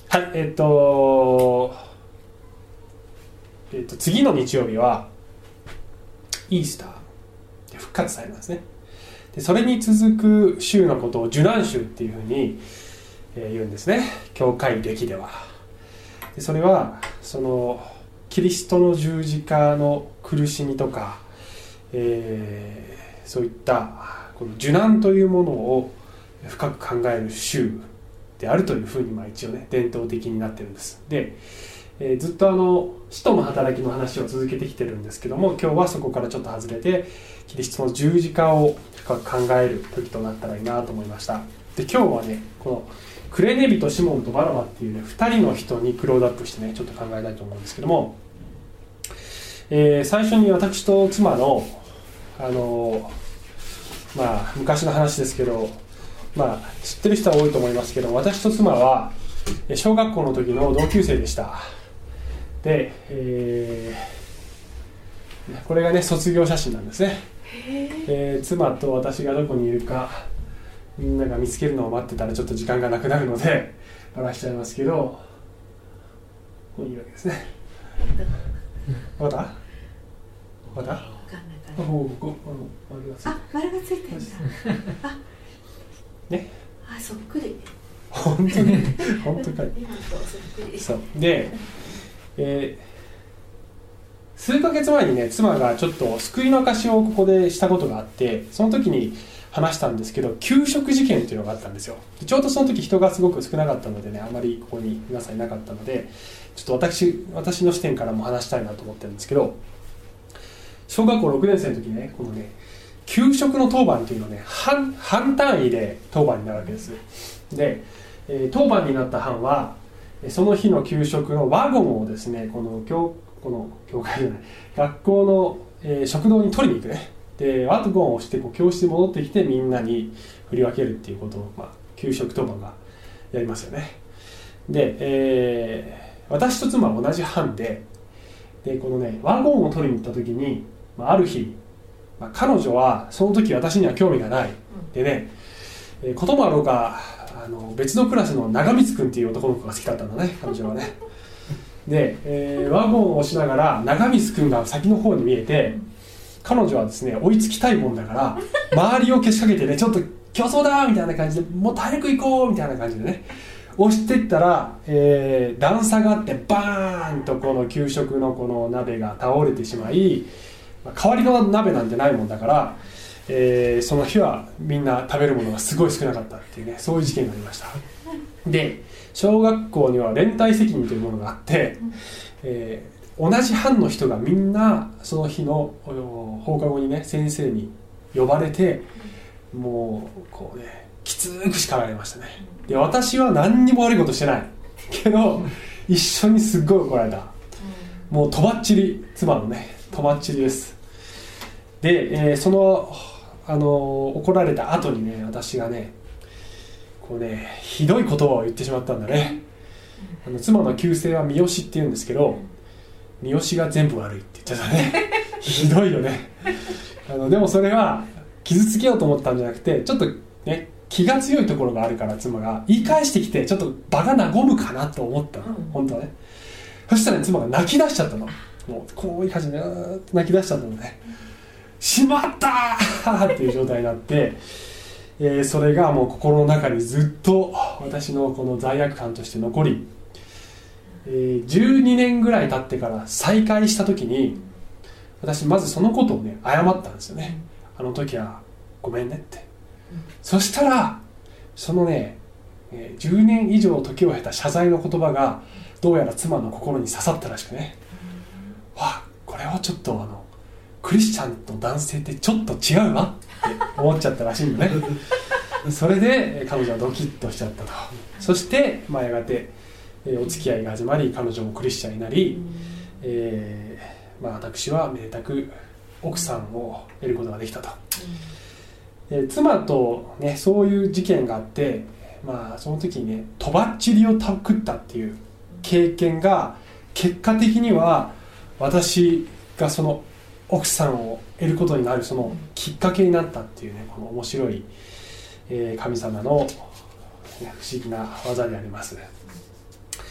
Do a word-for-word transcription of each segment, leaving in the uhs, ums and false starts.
はいえっと、えっと、次の日曜日はイースター復活祭なんですね。でそれに続く週のことを受難週っていうふうに、えー、言うんですね、教会歴では。でそれはそのキリストの十字架の苦しみとか、えー、そういったこの受難というものを深く考える週であるというふうに、まあ一応ね伝統的になってるんです。で、えー、ずっとあの使徒の働きの話を続けてきてるんですけども、今日はそこからちょっと外れてキリストの十字架を深く考える時となったらいいなと思いました。で今日はねこのクレネビとシモンとバラバっていうねふたりの人にクローズアップしてねちょっと考えたいと思うんですけども、えー、最初に私と妻のあのー、まあ昔の話ですけど、まあ知ってる人は多いと思いますけど、私と妻は小学校の時の同級生でした。で、えー、これがね卒業写真なんですね。えー、妻と私がどこにいるかみんなが見つけるのを待ってたらちょっと時間がなくなるのでバラしちゃいますけど、ここにいるわけですね。わかったわかった？あ、ここあ、丸がついてるんだ。あ、 ね。 あ、そっくり。 本当に本当かい。そうで、えー、数ヶ月前にね妻がちょっと救いの証をここでしたことがあって、その時に話したんですけど、給食事件というのがあったんですよ。ちょうどその時人がすごく少なかったのでね、あまりここに皆さんいなかったので、ちょっと私私の視点からも話したいなと思ってるんですけど、小学校ろくねん生の時ね、このね給食の当番というのをね 半, 半単位で当番になるわけです。で、えー、当番になった班はその日の給食のワゴンをですね、この教この教会じゃない学校の、えー、食堂に取りに行くね。でワゴンを押してこう教室に戻ってきてみんなに振り分けるっていうことを、まあ、給食当番がやりますよね。で、えー、私と妻は同じ班で、でこのねワゴンを取りに行った時に、まあ、ある日、まあ、彼女はその時私には興味がないでね、えー、こともあろうかあの別のクラスの長光くんっていう男の子が好きだったんだね、彼女はね。で、えー、ワゴンを押しながら長光くんが先の方に見えて、彼女はですね追いつきたいもんだから周りをけしかけてね、ちょっと競争だみたいな感じで、もう体力行こうみたいな感じでね押していったら、えー、段差があってバーンとこの給食のこの鍋が倒れてしまい、代わりの鍋なんてないもんだから、えー、その日はみんな食べるものがすごい少なかったっていうね、そういう事件がありました。で小学校には連帯責任というものがあって、えー同じ班の人がみんなその日の放課後にね先生に呼ばれて、もうこうねきつく叱られましたね。で私は何にも悪いことしてないけど一緒にすっごい怒られた。もうとばっちり、妻のねとばっちりです。で、えー、そのあの怒られた後にね私がねこうねひどい言葉を言ってしまったんだね。あの妻の旧姓は三好って言うんですけど、三好が全部悪いって言っちゃったね。ひどいよね。あのでもそれは傷つけようと思ったんじゃなくて、ちょっとね気が強いところがあるから妻が言い返してきてちょっと場が和むかなと思ったの、うん、本当はね。そしたら、ね、妻が泣き出しちゃったの。もうこういう感じで泣き出しちゃったのね。しまったーっていう状態になって、えー、それがもう心の中にずっと私のこの罪悪感として残り、えー、じゅうにねんぐらい経ってから再会した時に、私まずそのことをね謝ったんですよね。あの時はごめんねって。そしたらそのねじゅうねん以上時を経た謝罪の言葉がどうやら妻の心に刺さったらしくね、わこれはちょっとあのクリスチャンと男性ってちょっと違うわって思っちゃったらしいんだね。それで彼女はドキッとしちゃったと。そして、まあ、やがてお付き合いが始まり、彼女もクリスチャンになり、うんえーまあ、私はめでたく奥さんを得ることができたと、うんえー、妻と、ね、そういう事件があって、まあ、その時にねとばっちりをたくったっていう経験が結果的には私がその奥さんを得ることになるそのきっかけになったっていうね、この面白い、えー、神様の、ね、不思議な技であります。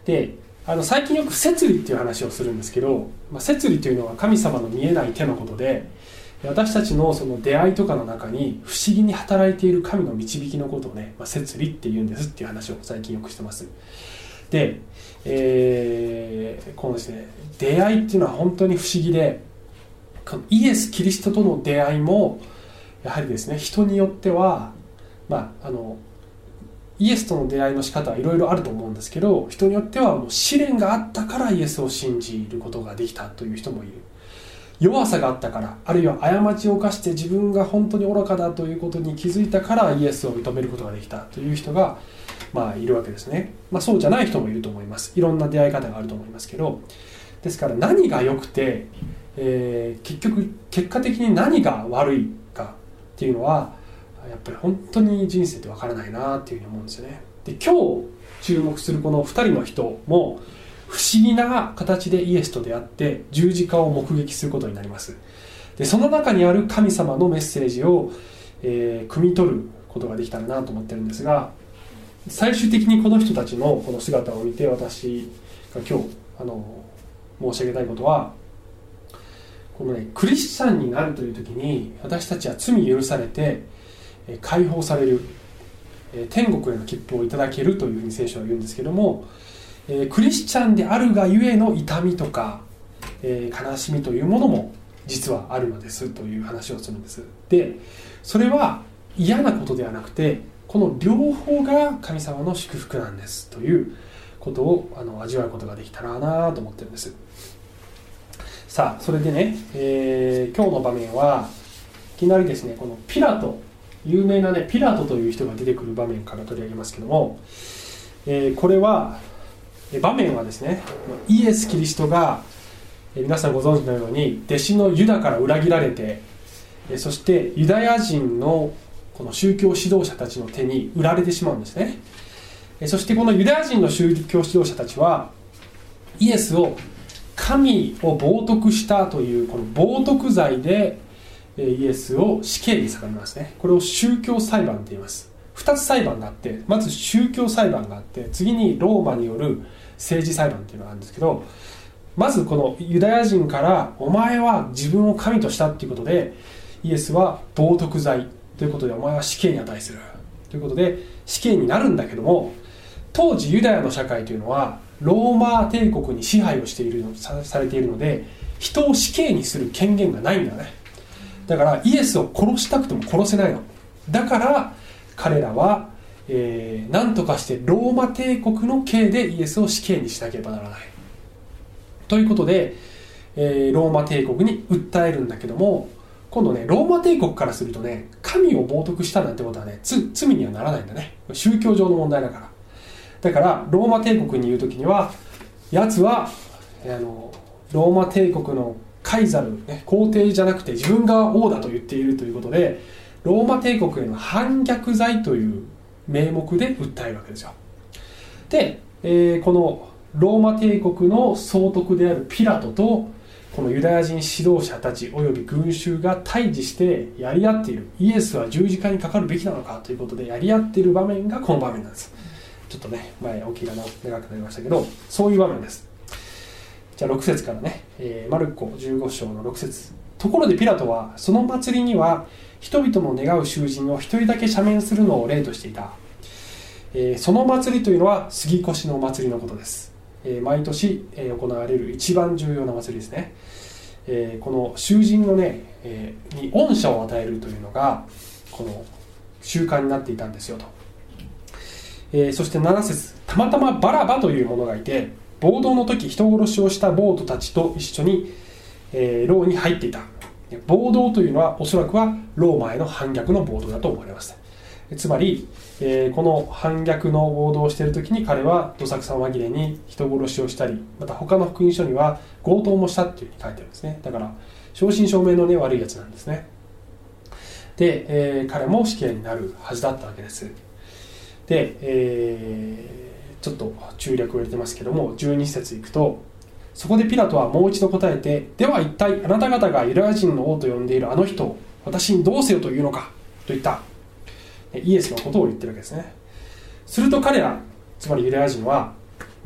であの最近よく摂理っていう話をするんですけど、まあ、摂理というのは神様の見えない手のことで、私たちのその出会いとかの中に不思議に働いている神の導きのことをね、まあ、摂理って言うんですっていう話を最近よくしてます。で、えー、このですね、出会いっていうのは本当に不思議で、このイエス・キリストとの出会いもやはりですね、人によっては、まあ、あのイエスとの出会いの仕方はいろいろあると思うんですけど、人によってはもう試練があったからイエスを信じることができたという人もいる。弱さがあったから、あるいは過ちを犯して自分が本当に愚かだということに気づいたからイエスを認めることができたという人が、まあ、いるわけですね。まあ、そうじゃない人もいると思います。いろんな出会い方があると思いますけど、ですから何が良くて、えー、結局結果的に何が悪いかっていうのはやっぱり本当に人生ってわからないなっていうふうに思うんですよね。で、今日注目するこのふたりの人も不思議な形でイエスと出会って十字架を目撃することになります。で、その中にある神様のメッセージを、えー、汲み取ることができたらなと思ってるんですが、最終的にこの人たちのこの姿を見て私が今日あの申し上げたいことは、このね、クリスチャンになるという時に私たちは罪許されて解放される、天国への切符をいただけるというふうに聖書は言うんですけども、クリスチャンであるがゆえの痛みとか悲しみというものも実はあるのですという話をするんです。で、それは嫌なことではなくて、この両方が神様の祝福なんですということをあの味わうことができたらなと思ってるんです。さあ、それでね、えー、今日の場面はいきなりですね、このピラト、有名なねピラトという人が出てくる場面から取り上げますけども、えー、これは場面はですね、イエス・キリストが、えー、皆さんご存知のように弟子のユダから裏切られて、えー、そしてユダヤ人のこの宗教指導者たちの手に売られてしまうんですね。えー、そしてこのユダヤ人の宗教指導者たちはイエスを神を冒涜したというこの冒涜罪でイエスを死刑に定めますね。これを宗教裁判と言います。ふたつ裁判があって、まず宗教裁判があって、次にローマによる政治裁判というのがあるんですけど、まずこのユダヤ人からお前は自分を神としたということでイエスは冒涜罪ということでお前は死刑に値するということで死刑になるんだけども、当時ユダヤの社会というのはローマ帝国に支配をしているさされているので、人を死刑にする権限がないんだね。だからイエスを殺したくても殺せないの。だから彼らは、えー、何とかしてローマ帝国の刑でイエスを死刑にしなければならないということで、えー、ローマ帝国に訴えるんだけども、今度ね、ローマ帝国からするとね、神を冒涜したなんてことはね、つ罪にはならないんだね。宗教上の問題だから。だからローマ帝国に言うときには、やつはあのローマ帝国のカイザル、ね、皇帝じゃなくて自分が王だと言っているということで、ローマ帝国への反逆罪という名目で訴えるわけですよ。で、えー、このローマ帝国の総督であるピラトとこのユダヤ人指導者たちおよび群衆が対峙してやり合っている、イエスは十字架にかかるべきなのかということでやり合っている場面がこの場面なんです。ちょっとね、前大きいかな長くなりましたけど、そういう場面です。じゃあろく節からね、えー、マルコじゅうご章のろく節。ところでピラトはその祭りには人々の願う囚人を一人だけ赦免するのを例としていた。えー、その祭りというのは杉越の祭りのことです。えー、毎年、えー、行われる一番重要な祭りですね。えー、この囚人のね、えー、に恩赦を与えるというのがこの習慣になっていたんですよと。えー、そしてなな節。たまたまバラバという者がいて、暴動の時人殺しをした暴徒たちと一緒に、えー、牢に入っていた。暴動というのはおそらくはローマへの反逆の暴動だと思われます。つまり、えー、この反逆の暴動をしている時に彼はどさくさ紛れに人殺しをしたり、また他の福音書には強盗もしたっていうふうに書いてあるんですね。だから正真正銘の、ね、悪いやつなんですね。で、えー、彼も死刑になるはずだったわけです。で、えーちょっと中略を入れてますけども、じゅうに節いくと、そこでピラトはもう一度答えて、では一体あなた方がユダヤ人の王と呼んでいるあの人を私にどうせよというのかと言った。イエスのことを言ってるわけですね。すると彼ら、つまりユダヤ人は、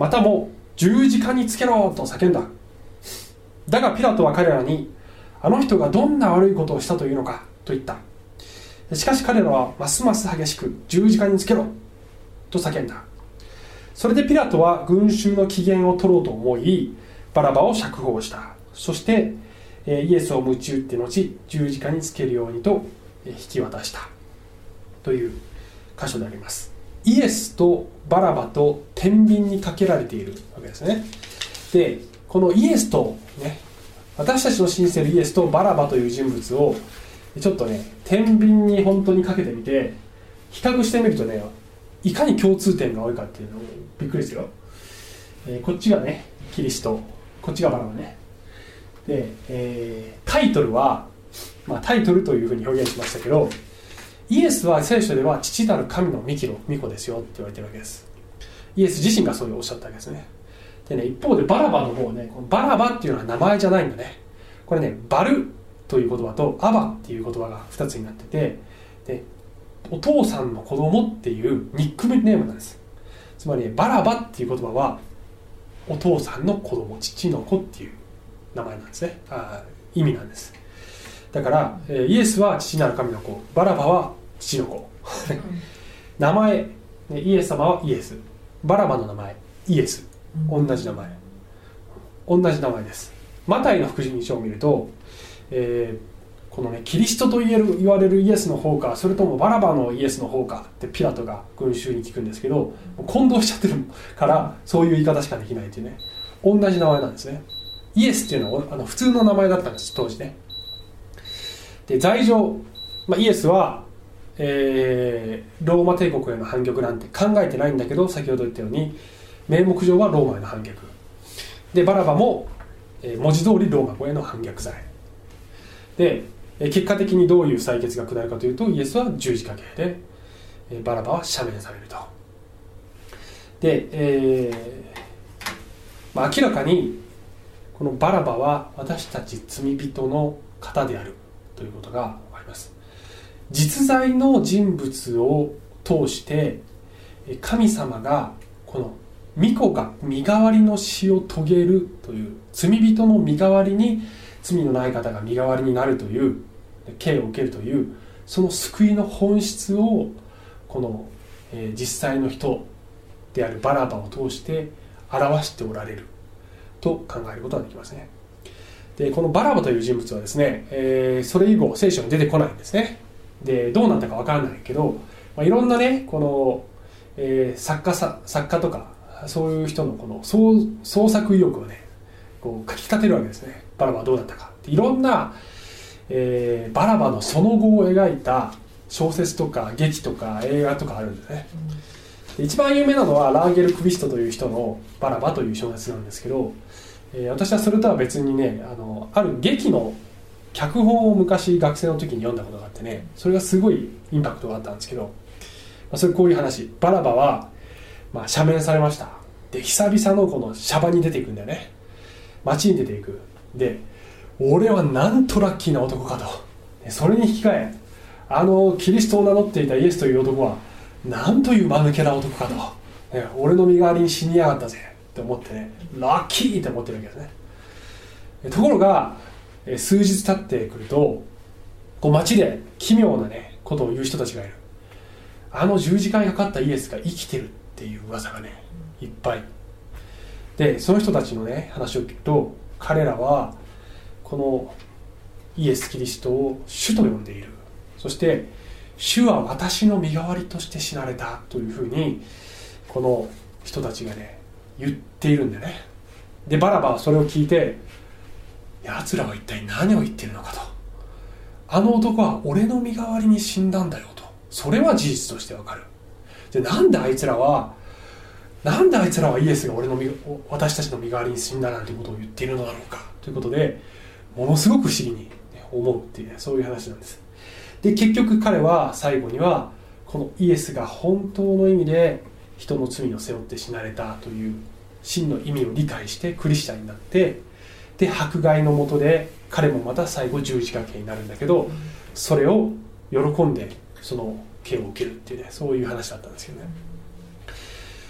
またも十字架につけろと叫んだ。だがピラトは彼らに、あの人がどんな悪いことをしたというのかと言った。しかし彼らはますます激しく、十字架につけろと叫んだ。それでピラトは群衆の機嫌を取ろうと思い、バラバを釈放した。そしてイエスを鞭打って後、十字架につけるようにと引き渡したという箇所であります。イエスとバラバと天秤にかけられているわけですね。で、このイエスとね、私たちの信じているイエスとバラバという人物をちょっとね、天秤に本当にかけてみて比較してみるとね、いかに共通点が多いかっていうのをびっくりですよ。えー、こっちがねキリスト、こっちがバラバね。で、えー、タイトルは、まあ、タイトルというふうに表現しましたけど、イエスは聖書では父なる神の御子御子ですよって言われてるわけです。イエス自身がそういうおっしゃったわけですね。でね、一方でバラバの方ね、このバラバっていうのは名前じゃないんだね。これね、バルという言葉とアバっていう言葉がふたつになってて、でお父さんの子供っていうニックネームなんです。つまり、ね、バラバっていう言葉はお父さんの子供、父の子っていう名前なんですね。あ、意味なんです。だから、えー、イエスは父なる神の子、バラバは父の子名前、ね、イエス様はイエス、バラバの名前イエス、同じ名前、同じ名前です。マタイの福音書を見ると、えー、このね、キリストと言える言われるイエスの方か、それともバラバのイエスの方かってピラトが群衆に聞くんですけど、混同しちゃってるからそういう言い方しかできないっていうね、同じ名前なんですね。イエスっていうのはあの普通の名前だったんです、当時ね。で、罪状、まあ、イエスは、えー、ローマ帝国への反逆なんて考えてないんだけど、先ほど言ったように名目上はローマへの反逆で、バラバも、えー、文字通りローマ語への反逆罪で、えー、結果的にどういう裁決が下るかというと、イエスは十字架刑で、えー、バラバは赦免されると。で、えーまあ、明らかにこのバラバは私たち罪人の方であるということが分かります。実在の人物を通して神様がこの御子が身代わりの死を遂げるという、罪人の身代わりに罪のない方が身代わりになるという、刑を受けるという、その救いの本質をこの、えー、実際の人であるバラバを通して表しておられると考えることができますね。で、このバラバという人物はですね、えー、それ以後聖書に出てこないんですね。で、どうなったかわからないけど、まあ、いろんなね、この、えー、作家さ作家とかそういう人のこの 創, 創作意欲をね、こうかき立てるわけですね。バラバはどうだったか。いろんな、えー、バラバのその後を描いた小説とか劇とか映画とかあるんですね。で、一番有名なのはラーゲル・クビストという人のバラバという小説なんですけど、えー、私はそれとは別にね、あのある劇の脚本を昔学生の時に読んだことがあってね、それがすごいインパクトがあったんですけど、まあ、それこういう話。バラバは、まあ、赦免されました。で、久々のこのシャバに出ていくんだよね。街に出ていく。で、俺はなんとラッキーな男かと。それに引き換え、あのキリストを名乗っていたイエスという男はなんという間抜けな男かと、ね、俺の身代わりに死にやがったぜって思ってね、ラッキーって思ってるわけですね。ところが数日経ってくると、こう街で奇妙なねことを言う人たちがいる。あの十字架にかかったイエスが生きてるっていう噂がね、いっぱいで、その人たちのね話を聞くと、彼らはこのイエス・キリストを主と呼んでいる。そして主は私の身代わりとして死なれたというふうにこの人たちがね言っているんだよね。で、バラバはそれを聞いて、奴らは一体何を言っているのかと。あの男は俺の身代わりに死んだんだよと。それは事実としてわかる。で、なんであいつらはなんであいつらはイエスが俺の身私たちの身代わりに死んだなんてことを言っているのだろうかということで、ものすごく不思議に思うっていう、ね、そういう話なんです。で、結局彼は最後にはこのイエスが本当の意味で人の罪を背負って死なれたという真の意味を理解してクリスチャンになって、で、迫害の下で彼もまた最後十字架刑になるんだけど、それを喜んでその刑を受けるっていうね、そういう話だったんですけどね。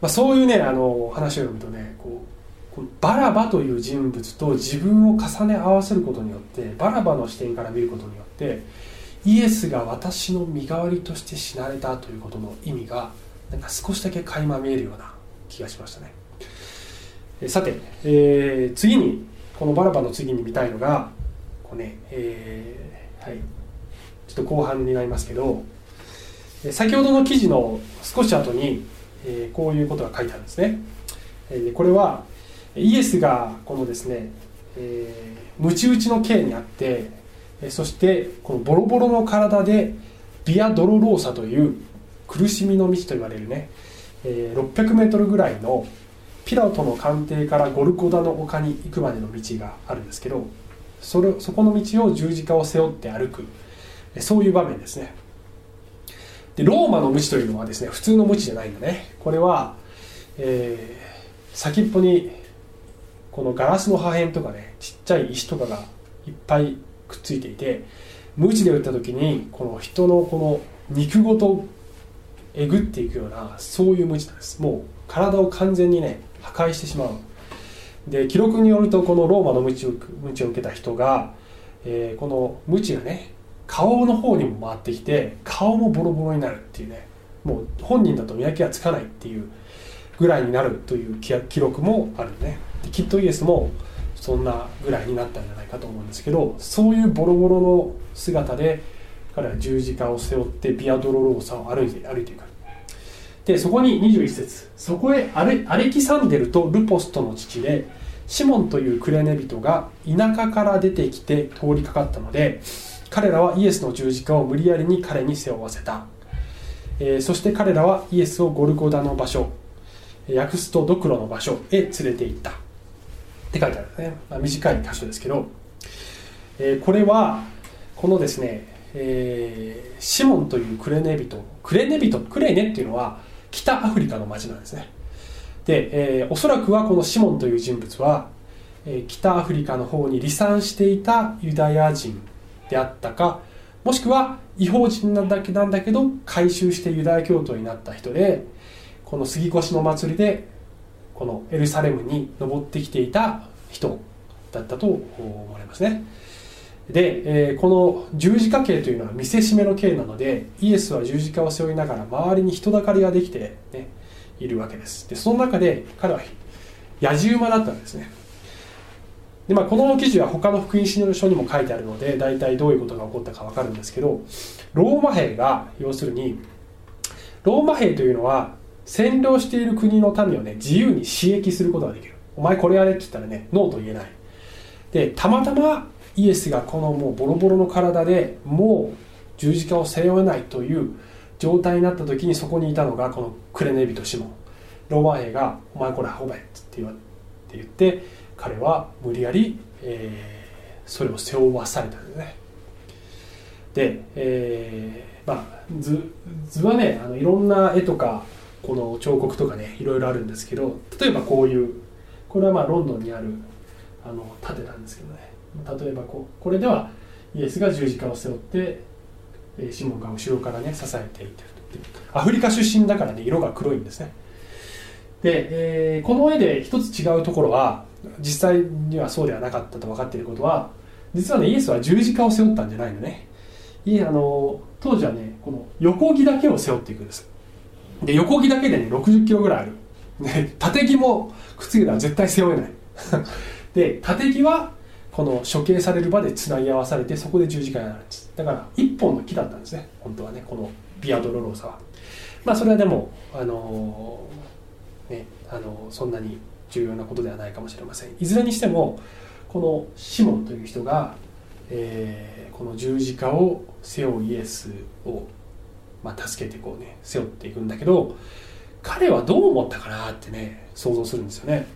まあ、そういうねあの話を読むとねこうこのバラバという人物と自分を重ね合わせることによってバラバの視点から見ることによってイエスが私の身代わりとして死なれたということの意味がなんか少しだけ垣間見えるような気がしましたね。えさて、えー、次にこのバラバの次に見たいのがこう、ねえーはい、ちょっと後半になりますけど先ほどの記事の少し後に、えー、こういうことが書いてあるんですね。えー、これはイエスがこのですね、えー、ムチ打ちの刑にあってそしてこのボロボロの体でビアドロローサという苦しみの道と言われるね、えー、ろっぴゃくメートルぐらいのピラトの官邸からゴルゴダの丘に行くまでの道があるんですけどそれそこの道を十字架を背負って歩くそういう場面ですね。でローマの鞭というのはですね普通の鞭じゃないんだね。これは、えー、先っぽにこのガラスの破片とかねちっちゃい石とかがいっぱいくっついていて鞭で打った時にこの人のこの肉ごとえぐっていくようなそういう鞭なんです。もう体を完全にね破壊してしまう。で記録によるとこのローマの鞭を鞭を受けた人が、えー、この鞭がね顔の方にも回ってきて顔もボロボロになるっていうねもう本人だと見分けがつかないっていうぐらいになるという記録もあるね。できっとイエスもそんなぐらいになったんじゃないかと思うんですけどそういうボロボロの姿で彼は十字架を背負ってビアドロローサを歩いて歩いていく。でそこににじゅういち節そこへアレ、アレキサンデルとルポストの父でシモンというクレネ人が田舎から出てきて通りかかったので彼らはイエスの十字架を無理やりに彼に背負わせた、えー、そして彼らはイエスをゴルゴダの場所訳すとドクロの場所へ連れて行ったって書いてあるね、まあ、短い箇所ですけど、えー、これはこのですね、えー、シモンというクレネ人クレネ人クレネっていうのは北アフリカの町なんですね。で、えー、おそらくはこのシモンという人物は、えー、北アフリカの方に離散していたユダヤ人であったかもしくは異邦人なんだけなんだけど改宗してユダヤ教徒になった人でこの杉越の祭りでこのエルサレムに登ってきていた人だったと思われますね。で、えー、この十字架刑というのは見せしめの刑なのでイエスは十字架を背負いながら周りに人だかりができて、ね、いるわけです。でその中で彼は野じ馬だったんですね。で、まあ、この記事は他の福音書にも書いてあるので大体どういうことが起こったか分かるんですけどローマ兵が要するにローマ兵というのは占領している国の民をね自由に刺激することができる。お前これやれって言ったらねノーと言えない。でたまたまイエスがこのもうボロボロの体でもう十字架を背負えないという状態になった時にそこにいたのがこのクレネ人シモン。ローマ兵がお前これ運べって言って言って彼は無理やり、えー、それを背負わされたんですね。で、えーまあ、図, 図はねあのいろんな絵とかこの彫刻とかねいろいろあるんですけど例えばこういうこれはまあロンドンにあるあの盾なんですけどね例えば こ, これではイエスが十字架を背負って、えー、シモンが後ろからね支えていってると。アフリカ出身だからね色が黒いんですね。で、えー、この絵で一つ違うところは実際にはそうではなかったと分かっていることは実はねイエスは十字架を背負ったんじゃないのね。いえあの当時はねこの横木だけを背負っていくんです。で横木だけでねろくじゅっキロぐらいある。で縦木もくっつけたら絶対背負えないで縦木はこの処刑される場でつなぎ合わされてそこで十字架になるんです。だから一本の木だったんですね本当はねこのビアドロローサは。まあそれはでもあのー、ねあのー、そんなに重要なことではないかもしれません。いずれにしてもこのシモンという人が、えー、この十字架を背負うイエスを、まあ、助けてこうね背負っていくんだけど彼はどう思ったかなってね想像するんですよね。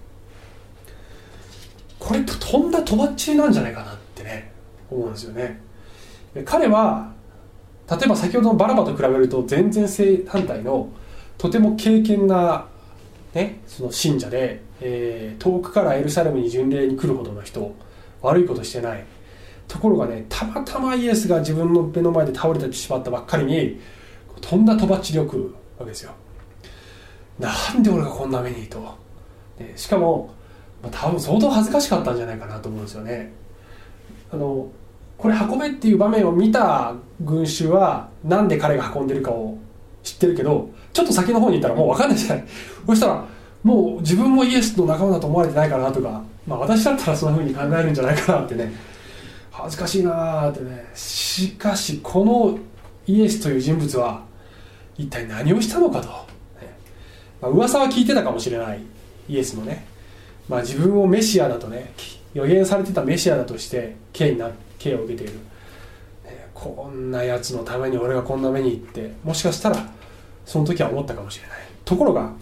これととんだとばっちりなんじゃないかなってね思うんですよね。彼は例えば先ほどのバラバと比べると全然正反対のとても敬虔な、ね、その信者で、えー、遠くからエルサレムに巡礼に来るほどの人悪いことしてないところがねたまたまイエスが自分の目の前で倒れてしまったばっかりにとんだとばっちりを食うわけですよ。 なんで俺がこんな目にと、でしかも、まあ、多分相当恥ずかしかったんじゃないかなと思うんですよね。あのこれ運べっていう場面を見た群衆はなんで彼が運んでるかを知ってるけど、ちょっと先の方に行ったらもう分かんないじゃない。そしたらもう自分もイエスの仲間だと思われてないかなとか、まあ、私だったらそんな風に考えるんじゃないかなってね、恥ずかしいなってね。しかしこのイエスという人物は一体何をしたのかと、ね、まあ、噂は聞いてたかもしれないイエスのね、まあ、自分をメシアだとね、予言されてたメシアだとして刑にな刑を受けている、ね、こんなやつのために俺がこんな目に行って、もしかしたらその時は思ったかもしれない。ところが、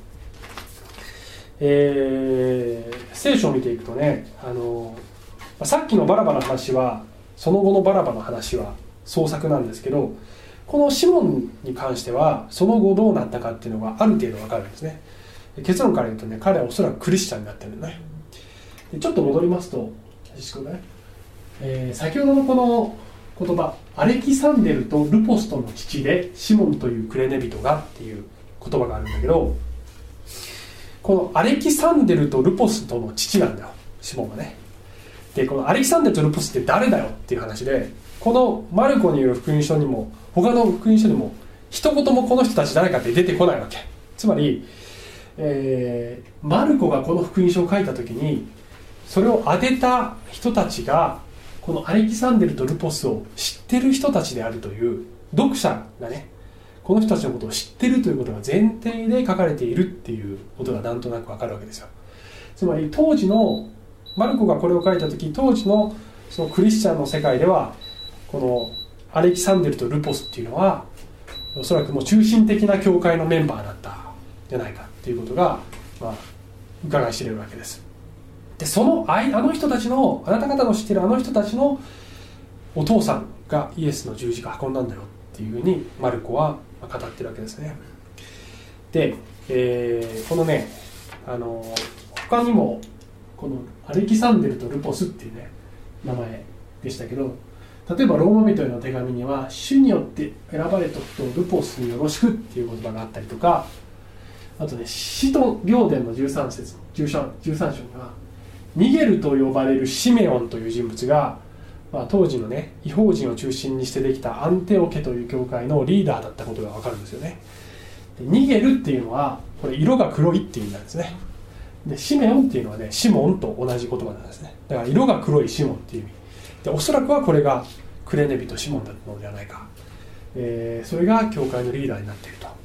えー、聖書を見ていくとね、あのさっきのバラバの話は、その後のバラバの話は創作なんですけど、このシモンに関してはその後どうなったかっていうのがある程度わかるんですね。結論から言うとね、彼はおそらくクリスチャンになってるんだね。でちょっと戻りますと、えー、先ほどのこの言葉、アレキサンデルとルポストの父でシモンというクレネ人がっていう言葉があるんだけど、このアレキサンデルとルポストの父なんだよ、シモンはね。でこのアレキサンデルとルポスって誰だよっていう話で、このマルコによる福音書にも他の福音書にも一言もこの人たち誰かって出てこないわけ。つまり、えー、マルコがこの福音書を書いた時にそれを当てた人たちがこのアレキサンデルとルポスを知ってる人たちであるという、読者がねこの人たちのことを知ってるということが前提で書かれているっていうことがなんとなくわかるわけですよ。つまり当時のマルコがこれを書いた時、当時のそのクリスチャンの世界ではこのアレキサンデルとルポスっていうのはおそらくもう中心的な教会のメンバーだったじゃないかっていうことが、まあ、伺い知れるわけです。でそのあの人たちの、あなた方の知っているあの人たちのお父さんがイエスの十字架運んだんだよっていうふうにマルコは語ってるわけですね。で、えー、このねあの他にもこのアレキサンデルとルポスっていうね名前でしたけど、例えばローマ人への手紙には主によって選ばれた人をルポスによろしくっていう言葉があったりとか、あとね使徒行伝のじゅうさん節じゅうさん章にはニゲルと呼ばれるシメオンという人物が、まあ、当時のね異邦人を中心にしてできたアンテオケという教会のリーダーだったことが分かるんですよね。でニゲルっていうのはこれ色が黒いっていう意味なんですね。でシメオンっていうのはねシモンと同じ言葉なんですね。だから色が黒いシモンっていう意味で、おそらくはこれがクレネ人シモンだったのではないか、えー、それが教会のリーダーになっていると、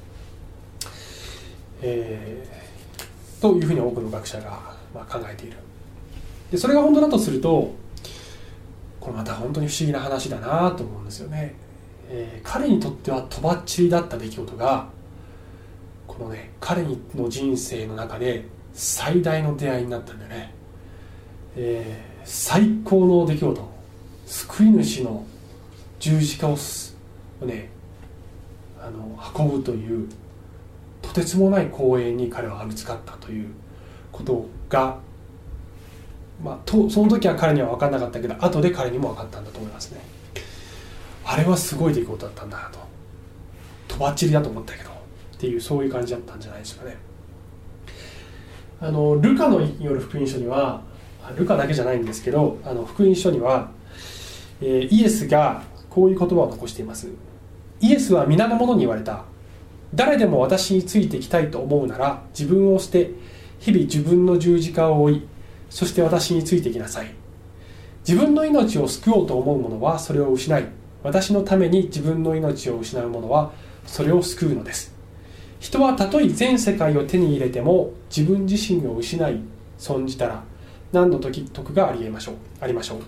えー、というふうに多くの学者が、まあ、考えている。でそれが本当だとすると、これまた本当に不思議な話だなと思うんですよね。えー、彼にとってはとばっちりだった出来事が、このね彼の人生の中で最大の出会いになったんだよね。えー、最高の出来事、救い主の十字架をねあの運ぶというとてつもない光栄に彼は預かったということが、まあ、とその時は彼には分からなかったけど後で彼にも分かったんだと思いますね。あれはすごい出来事だったんだなと、とばっちりだと思ったけどっていう、そういう感じだったんじゃないですかね。あのルカのよる福音書には、ルカだけじゃないんですけど、あの福音書には、えー、イエスがこういう言葉を残しています。イエスは皆の者に言われた。誰でも私についてきたいと思うなら自分を捨て、日々自分の十字架を追い、そして私についてきなさい。自分の命を救おうと思う者はそれを失い、私のために自分の命を失う者はそれを救うのです。人はたとえ全世界を手に入れても自分自身を失い損じたら何の時得がありましょうありましょう。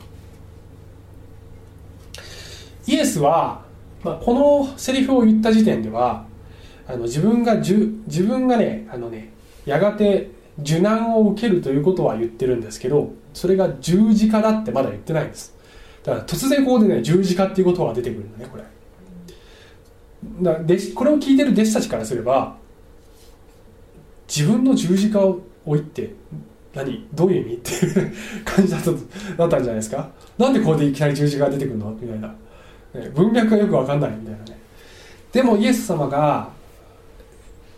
イエスは、まあ、このセリフを言った時点ではあの自分がじゅ自分がねあのねやがて受難を受けるということは言ってるんですけど、それが十字架だってまだ言ってないんです。だから突然ここでね十字架っていう言葉が出てくるんだね。これだでこれを聞いてる弟子たちからすれば、自分の十字架を置いて何どういう意味っていう感じだっただったんじゃないですか。なんでここでいきなり十字架が出てくるのみたいな、ね、文脈がよく分かんないみたいなね。でもイエス様が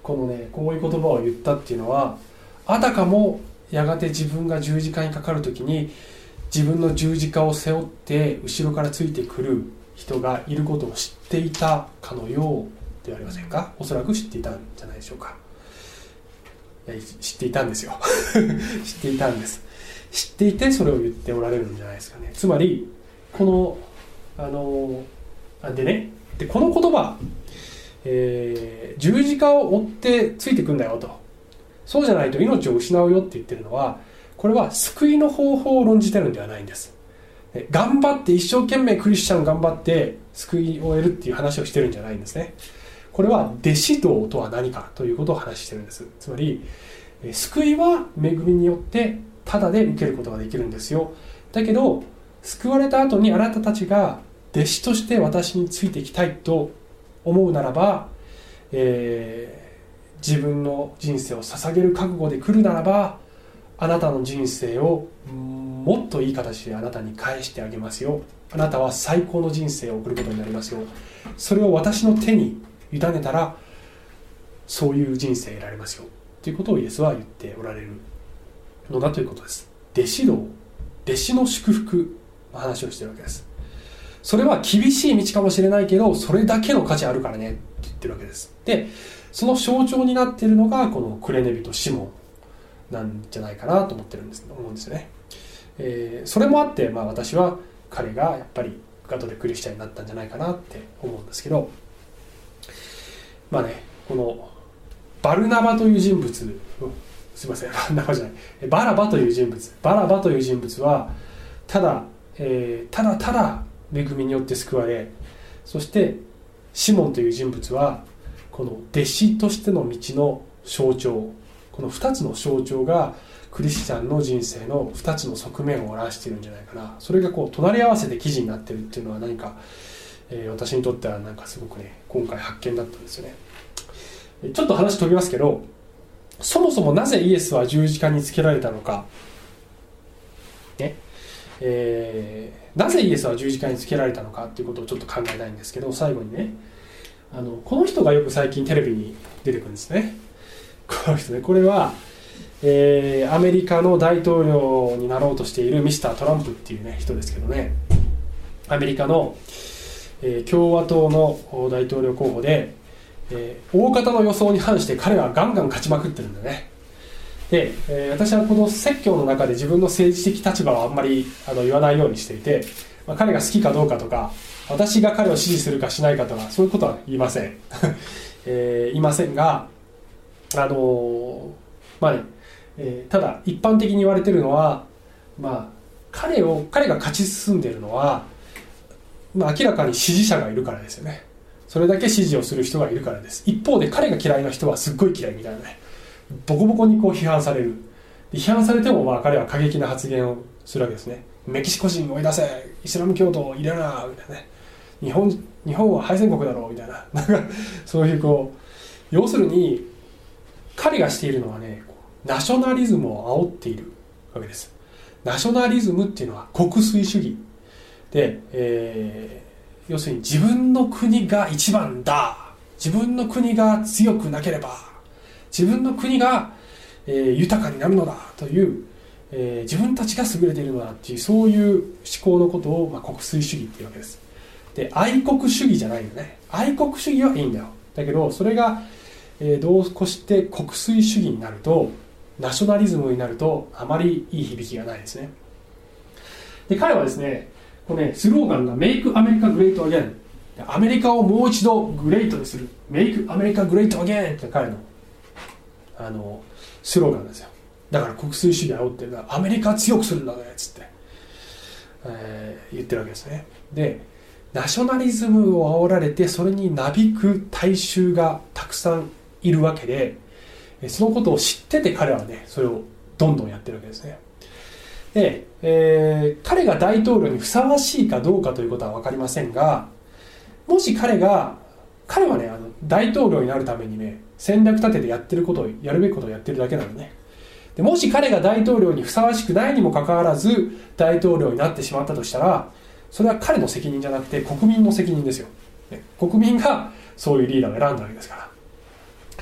このねこういう言葉を言ったっていうのは、あたかもやがて自分が十字架にかかるときに自分の十字架を背負って後ろからついてくる人がいることを知っていたかのようではありませんか。おそらく知っていたんじゃないでしょうか。いや知っていたんですよ知っていたんです。知っていてそれを言っておられるんじゃないですかね。つまりこのあのでねでこの言葉、えー、十字架を追ってついてくんだよと、そうじゃないと命を失うよって言ってるのは、これは救いの方法を論じてるんではないんです。頑張って一生懸命クリスチャン頑張って救いを得るっていう話をしてるんじゃないんですね。これは弟子道とは何かということを話してるんです。つまり救いは恵みによってただで受けることができるんですよ。だけど救われた後にあなたたちが弟子として私についていきたいと思うならば、えー、自分の人生を捧げる覚悟で来るならば、あなたの人生をもっといい形であなたに返してあげますよ。あなたは最高の人生を送ることになりますよ。それを私の手に委ねたらそういう人生を得られますよということをイエスは言っておられるのだということです。弟子道、弟子の祝福の話をしているわけです。それは厳しい道かもしれないけど、それだけの価値あるからねって言ってるわけです。でその象徴になっているのがこのクレネ人シモンなんじゃないかなと思ってるんです思うんですよね。えー、それもあって、まあ、私は彼がやっぱり後でクリスチャンになったんじゃないかなって思うんですけど、まあね、このバルナバという人物、すいませんバルナバじゃないバラバという人物バラバという人物はただ、えー、ただただ恵みによって救われ、そしてシモンという人物はこの弟子としての道の象徴、このふたつの象徴がクリスチャンの人生のふたつの側面を表しているんじゃないかな。それがこう隣り合わせて記事になっているっていうのは何か、えー、私にとってはなんかすごくね今回発見だったんですよね。ちょっと話飛びますけど、そもそもなぜイエスは十字架につけられたのか、ねえー、なぜイエスは十字架につけられたのかっていうことをちょっと考えたいんですけど、最後にね、あのこの人がよく最近テレビに出てくるんですね。この人ね、これは、えー、アメリカの大統領になろうとしているミスタートランプっていう、ね、人ですけどね、アメリカの、えー、共和党の大統領候補で、えー、大方の予想に反して彼はガンガン勝ちまくってるんだね。で、えー、私はこの説教の中で自分の政治的立場はあんまりあの言わないようにしていて、まあ、彼が好きかどうかとか私が彼を支持するかしないかとかそういうことは言いません、えー、言いませんが、あのー、まあね、えー、ただ一般的に言われているのは、まあ、彼を彼が勝ち進んでいるのは、まあ、明らかに支持者がいるからですよね。それだけ支持をする人がいるからです。一方で彼が嫌いな人はすっごい嫌いみたいなね、ボコボコにこう批判される。批判されてもまあ彼は過激な発言をするわけですね。メキシコ人を追い出せ、イスラム教徒を入れるなみたいなね、日本日本は敗戦国だろうみたいな、なんかそういうこう要するに彼がしているのはね、ナショナリズムを煽っているわけです。ナショナリズムっていうのは国粋主義で、えー、要するに自分の国が一番だ、自分の国が強くなければ自分の国が、えー、豊かになるのだという、えー、自分たちが優れているのだっていうそういう思考のことを、まあ、国粋主義っていうわけです。で、愛国主義じゃないよね。愛国主義はいいんだよ。だけどそれが、えー、どうこして国粋主義になると、ナショナリズムになるとあまりいい響きがないですね。で、彼はですね、これね、スローガンが Make America Great Again、 アメリカをもう一度グレートにする、 Make America Great Again って彼のあのスローガンですよ。だから国粋主義を煽ってるのはアメリカ強くするんだねっつって、えー、言ってるわけですね。で、ナショナリズムを煽られてそれになびく大衆がたくさんいるわけで、そのことを知ってて彼はねそれをどんどんやってるわけですね。で、えー、彼が大統領にふさわしいかどうかということは分かりませんが、もし彼が彼はねあの大統領になるためにね戦略立ててやってることをやるべきことをやってるだけなのね。で、もし彼が大統領にふさわしくないにもかかわらず大統領になってしまったとしたら、それは彼の責任じゃなくて国民の責任ですよ、ね、国民がそういうリーダーを選んだわけですから。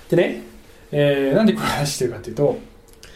でね、えー、なんでこれ話してるかというと、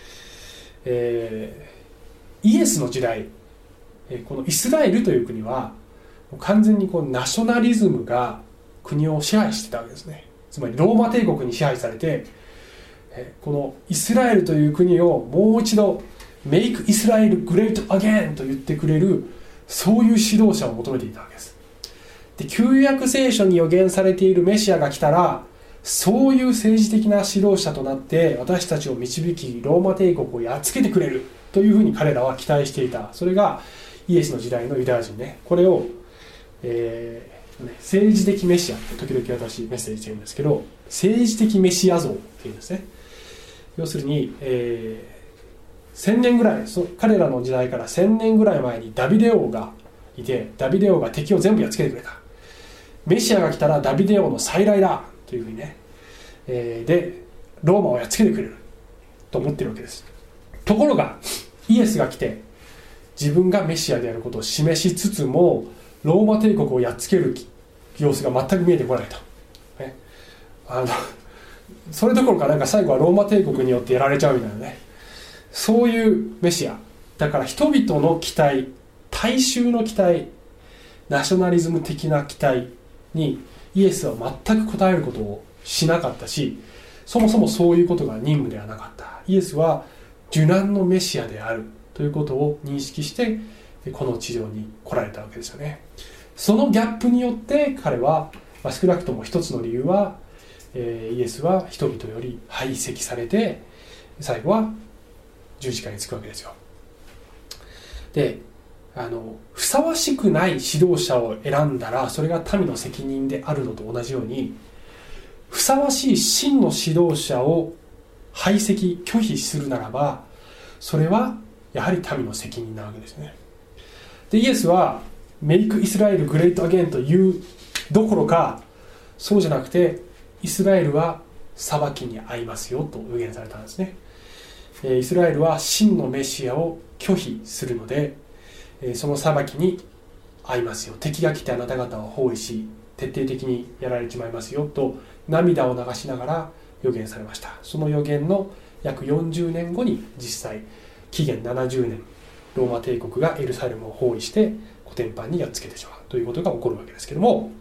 えー、イエスの時代、このイスラエルという国は完全にこうナショナリズムが国を支配してたわけですね。つまりローマ帝国に支配されて、このイスラエルという国をもう一度メイクイスラエルグレートアゲンと言ってくれる、そういう指導者を求めていたわけです。で、旧約聖書に予言されているメシアが来たら、そういう政治的な指導者となって私たちを導き、ローマ帝国をやっつけてくれるというふうに彼らは期待していた。それがイエスの時代のユダヤ人ね。これを、えーね、政治的メシアって時々私メッセージしてるんですけど、政治的メシア像っていうんですね。要するに、えー、せんねんぐらい、そ彼らの時代からせんねんぐらい前にダビデ王がいて、ダビデ王が敵を全部やっつけてくれた。メシアが来たらダビデ王の再来だというふうにね、えー、でローマをやっつけてくれると思ってるわけです。ところがイエスが来て自分がメシアであることを示しつつも、ローマ帝国をやっつける様子が全く見えてこないと、ね、あのそれどころかなんか最後はローマ帝国によってやられちゃうみたいなね、そういうメシアだから、人々の期待、大衆の期待、ナショナリズム的な期待にイエスは全く応えることをしなかったし、そもそもそういうことが任務ではなかった。イエスは受難のメシアであるということを認識してこの地上に来られたわけですよね。そのギャップによって彼は、まあ、少なくとも一つの理由は、えー、イエスは人々より排斥されて最後は十字架につくわけですよ。で、あのふさわしくない指導者を選んだらそれが民の責任であるのと同じように、ふさわしい真の指導者を排斥拒否するならば、それはやはり民の責任なわけですね。で、イエスはメイクイスラエルグレートアゲンというどころか、そうじゃなくてイスラエルは裁きに遭いますよと予言されたんですね。イスラエルは真のメシアを拒否するので、その裁きに遭いますよ。敵が来てあなた方は包囲し徹底的にやられちまいますよと涙を流しながら予言されました。その予言の約よんじゅうねんごに実際紀元ななじゅうねん、ローマ帝国がエルサレムを包囲してコテンパンにやっつけてしまうということが起こるわけですけれども、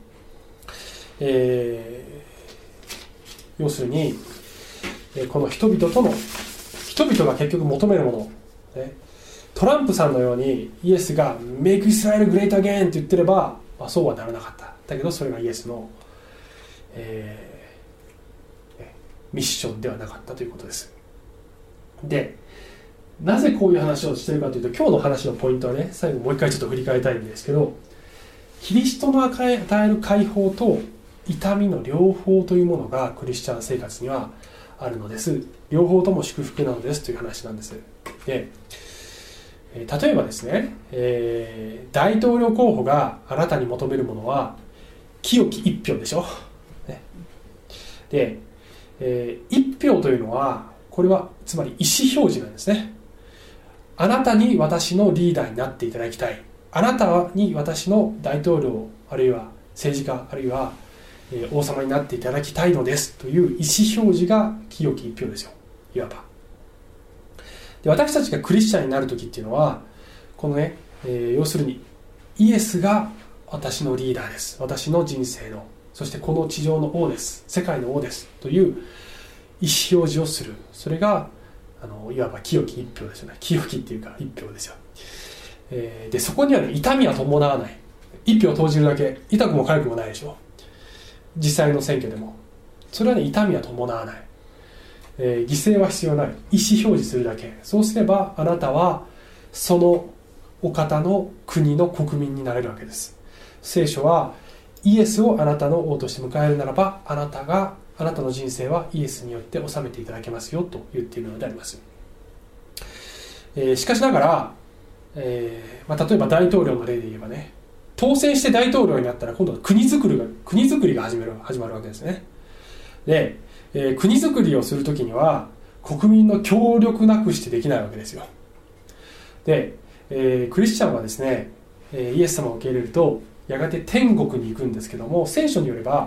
えー、要するにこの人々との人々が結局求めるもの、ね、トランプさんのようにイエスがメイクイスラエルグレートアゲインって言ってれば、まあ、そうはならなかった。だけどそれがイエスの、えー、ミッションではなかったということです。で、なぜこういう話をしているかというと、今日の話のポイントはね、最後もう一回ちょっと振り返りたいんですけど、キリストの与える解放と痛みの両方というものがクリスチャン生活にはあるのです。両方とも祝福なのですという話なんです。で、例えばですね、えー、大統領候補があなたに求めるものは清き一票でしょ、ね、で、えー、一票というのはこれはつまり意思表示なんですね。あなたに私のリーダーになっていただきたい、あなたに私の大統領あるいは政治家あるいは、えー、王様になっていただきたいのですという意思表示が清き一票ですよ、いわば。で、私たちがクリスチャンになるときっていうのはこのね、えー、要するにイエスが私のリーダーです、私の人生の、そしてこの地上の王です、世界の王ですという意思表示をする。それがあのいわば清き一票ですよね。清きっていうか一票ですよ。えー、でそこにはね、痛みは伴わない。一票投じるだけ、痛くも痒くもないでしょ、実際の選挙でも。それはね、痛みは伴わない、えー、犠牲は必要ない。意思表示するだけ。そうすればあなたはそのお方の国の国民になれるわけです。聖書はイエスをあなたの王として迎えるならば、あなたがあなたの人生はイエスによって治めていただけますよと言っているのであります。えー、しかしながら、えーまあ、例えば大統領の例で言えばね、当選して大統領になったら今度は国づくりが国づくりが始める始まるわけですね。で、えー、国づくりをするときには国民の協力なくしてできないわけですよ。で、えー、クリスチャンはですね、えー、イエス様を受け入れるとやがて天国に行くんですけども、聖書によれば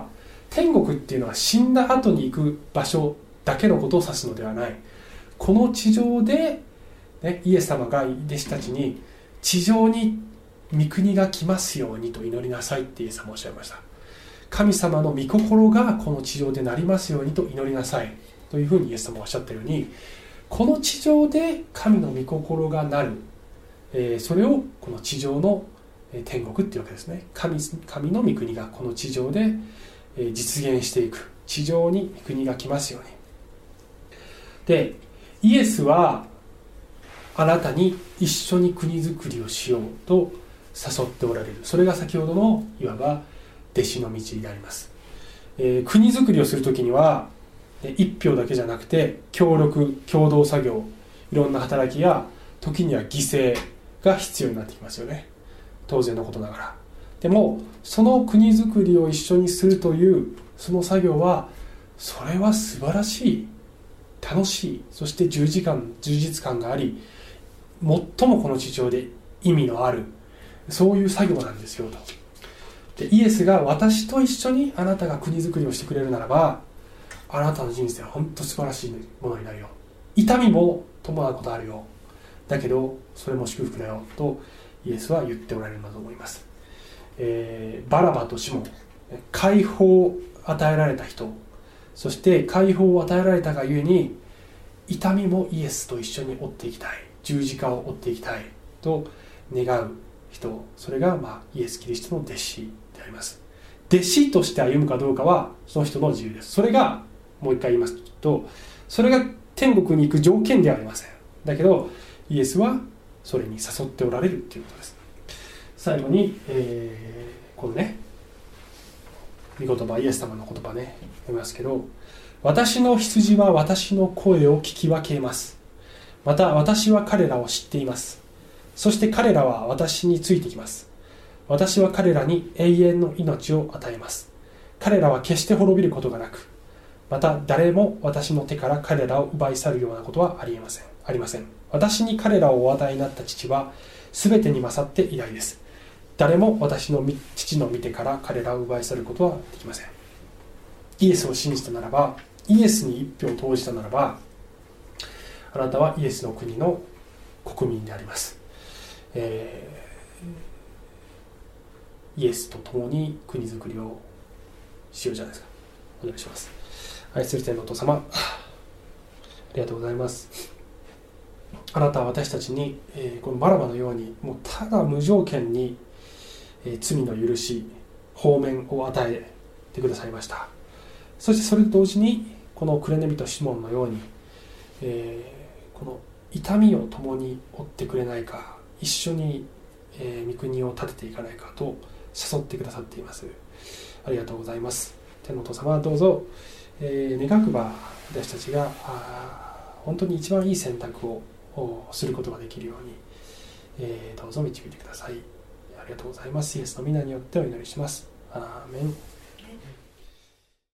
天国っていうのは死んだ後に行く場所だけのことを指すのではない。この地上で、ね、イエス様が弟子たちに地上に御国が来ますようにと祈りなさいってイエス様おっしゃいました。神様の御心がこの地上でなりますようにと祈りなさいというふうにイエス様おっしゃったように、この地上で神の御心がなる、えー、それをこの地上の天国っていうわけですね。 神, 神の御国がこの地上で実現していく、地上に御国が来ますように。で、イエスはあなたに一緒に国づくりをしようと誘っておられる。それが先ほどのいわば弟子の道であります。えー、国づくりをするときには一票だけじゃなくて協力、共同作業、いろんな働きや時には犠牲が必要になってきますよね。当然のことながら。でもその国づくりを一緒にするというその作業は、それは素晴らしい、楽しい、そして充実感、充実感があり、最もこの地上で意味のある、そういう作業なんですよと。で、イエスが私と一緒にあなたが国づくりをしてくれるならば、あなたの人生は本当素晴らしいものになるよ。痛みも伴うことあるよ。だけどそれも祝福だよとイエスは言っておられるんだと思います。えー、バラバとシモン、解放を与えられた人、そして解放を与えられたがゆえに痛みもイエスと一緒に追っていきたい、十字架を追っていきたいと願う人、それが、まあ、イエス・キリストの弟子であります。弟子として歩むかどうかはその人の自由です。それがもう一回言いますと、それが天国に行く条件ではありません。だけどイエスはそれに誘っておられるということです。最後に、えー、このね御言葉、イエス様の言葉ね読みますけど、私の羊は私の声を聞き分けます。また私は彼らを知っています。そして彼らは私についてきます。私は彼らに永遠の命を与えます。彼らは決して滅びることがなく、また誰も私の手から彼らを奪い去るようなことはありえません。ありません。私に彼らをお与えになった父は全てに勝って偉大です。誰も私の父の御手から彼らを奪い去ることはできません。イエスを信じたならば、イエスに一票を投じたならば、あなたはイエスの国の国民であります。えー、イエスと共に国づくりをしようじゃないですか。お願いします。愛する天のお父様、ありがとうございます。あなたは私たちに、えー、このバラバのようにもうただ無条件に、えー、罪の許し、放免を与えてくださいました。そしてそれと同時にこのクレネビとシモンのように、えー、この痛みを共に負ってくれないか、一緒に、えー、御国を建てていかないかと誘ってくださっています。ありがとうございます。天のお父様、どうぞ、えー、願くば私たちが本当に一番いい選択をすることができるように、えー、どうぞ導いてください。ありがとうございます。イエスの皆によってお祈りします。アーメン。